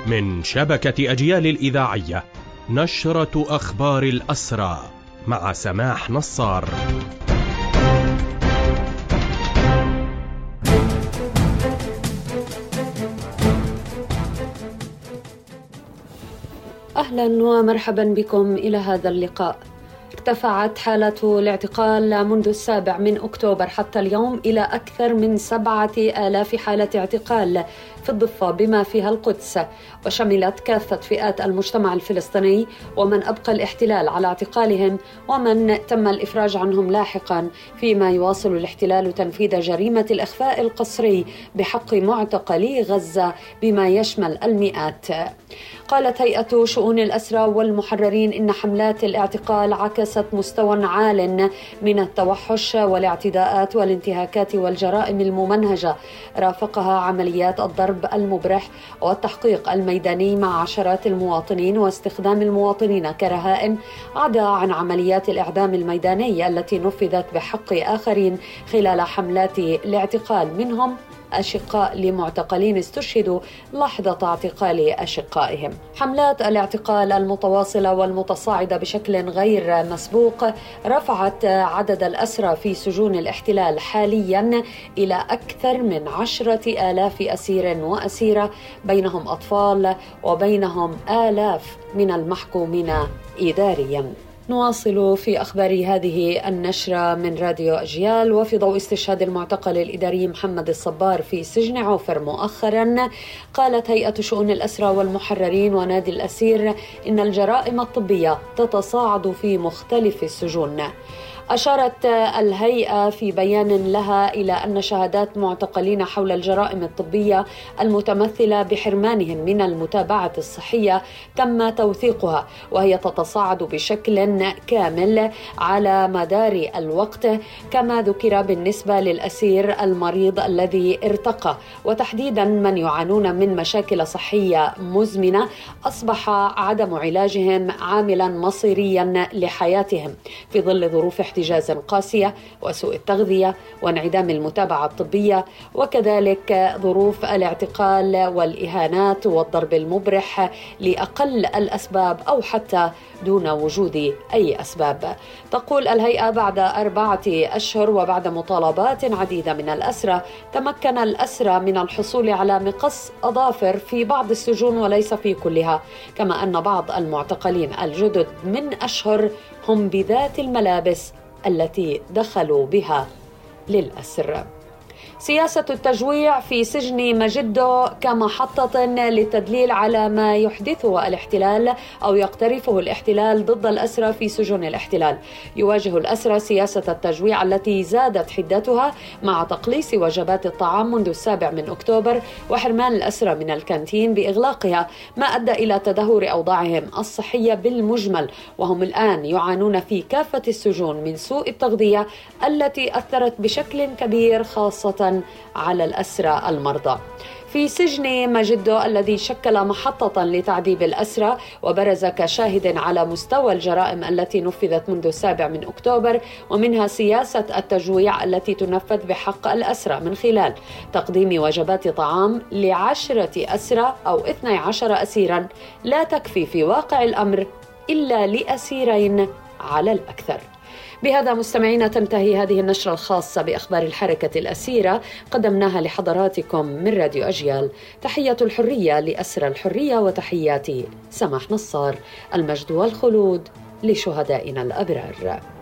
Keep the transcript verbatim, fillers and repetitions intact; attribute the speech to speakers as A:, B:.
A: من شبكة أجيال الإذاعية، نشرة أخبار الأسرى مع سماح نصار.
B: أهلا ومرحبا بكم إلى هذا اللقاء. ارتفعت حالة الاعتقال منذ السابع من أكتوبر حتى اليوم إلى أكثر من سبعة آلاف حالة اعتقال في الضفة بما فيها القدس، وشملت كافة فئات المجتمع الفلسطيني ومن أبقى الاحتلال على اعتقالهم ومن تم الإفراج عنهم لاحقا، فيما يواصل الاحتلال تنفيذ جريمة الإخفاء القسري بحق معتقلي غزة بما يشمل المئات. قالت هيئة شؤون الأسرى والمحررين إن حملات الاعتقال عكست مستوى عال من التوحش والاعتداءات والانتهاكات والجرائم الممنهجة، رافقها عمليات الضرب المبرح والتحقيق الميداني مع عشرات المواطنين واستخدام المواطنين كرهائن، عدا عن عمليات الإعدام الميدانية التي نفذت بحق آخرين خلال حملات الاعتقال، منهم أشقاء لمعتقلين استشهدوا لحظة اعتقال أشقائهم. حملات الاعتقال المتواصلة والمتصاعدة بشكل غير مسبوق رفعت عدد الأسرى في سجون الاحتلال حاليا إلى أكثر من عشرة آلاف أسير وأسيرة، بينهم أطفال وبينهم آلاف من المحكومين إداريا. نواصل في أخبار هذه النشرة من راديو أجيال. وفي ضوء استشهاد المعتقل الإداري محمد الصبار في سجن عوفر مؤخرا، قالت هيئة شؤون الأسرى والمحررين ونادي الأسير إن الجرائم الطبية تتصاعد في مختلف السجون. أشارت الهيئة في بيان لها إلى أن شهادات معتقلين حول الجرائم الطبية المتمثلة بحرمانهم من المتابعة الصحية تم توثيقها، وهي تتصاعد بشكل كامل على مدار الوقت، كما ذكر بالنسبة للأسير المريض الذي ارتقى، وتحديدا من يعانون من مشاكل صحية مزمنة أصبح عدم علاجهم عاملا مصيريا لحياتهم في ظل ظروف احتجاز قاسية وسوء التغذية وانعدام المتابعة الطبية، وكذلك ظروف الاعتقال والإهانات والضرب المبرح لأقل الأسباب أو حتى دون وجود أي أسباب. تقول الهيئة بعد أربعة أشهر وبعد مطالبات عديدة من الأسرى، تمكن الأسرى من الحصول على مقص أظافر في بعض السجون وليس في كلها، كما أن بعض المعتقلين الجدد من أشهر هم بذات الملابس التي دخلوا بها للأسر. سياسة التجويع في سجن مجدو كمحطة للتدليل على ما يحدثه الاحتلال أو يقترفه الاحتلال ضد الأسرى في سجون الاحتلال. يواجه الأسرى سياسة التجويع التي زادت حدتها مع تقليص وجبات الطعام منذ السابع من أكتوبر وحرمان الأسرى من الكانتين بإغلاقها، ما أدى إلى تدهور أوضاعهم الصحية بالمجمل، وهم الآن يعانون في كافة السجون من سوء التغذية التي أثرت بشكل كبير خاصة على الأسرى المرضى. في سجن مجدو الذي شكل محطة لتعذيب الأسرى وبرز كشاهد على مستوى الجرائم التي نفذت منذ السابع من أكتوبر، ومنها سياسة التجويع التي تنفذ بحق الأسرى من خلال تقديم وجبات طعام لعشرة أسرى أو اثني عشر أسيرا لا تكفي في واقع الأمر إلا لأسيرين على الأكثر. بهذا مستمعينا تنتهي هذه النشرة الخاصة بأخبار الحركة الأسيرة، قدمناها لحضراتكم من راديو أجيال. تحية الحرية لأسرى الحرية، وتحياتي سماح نصار. المجد والخلود لشهدائنا الأبرار.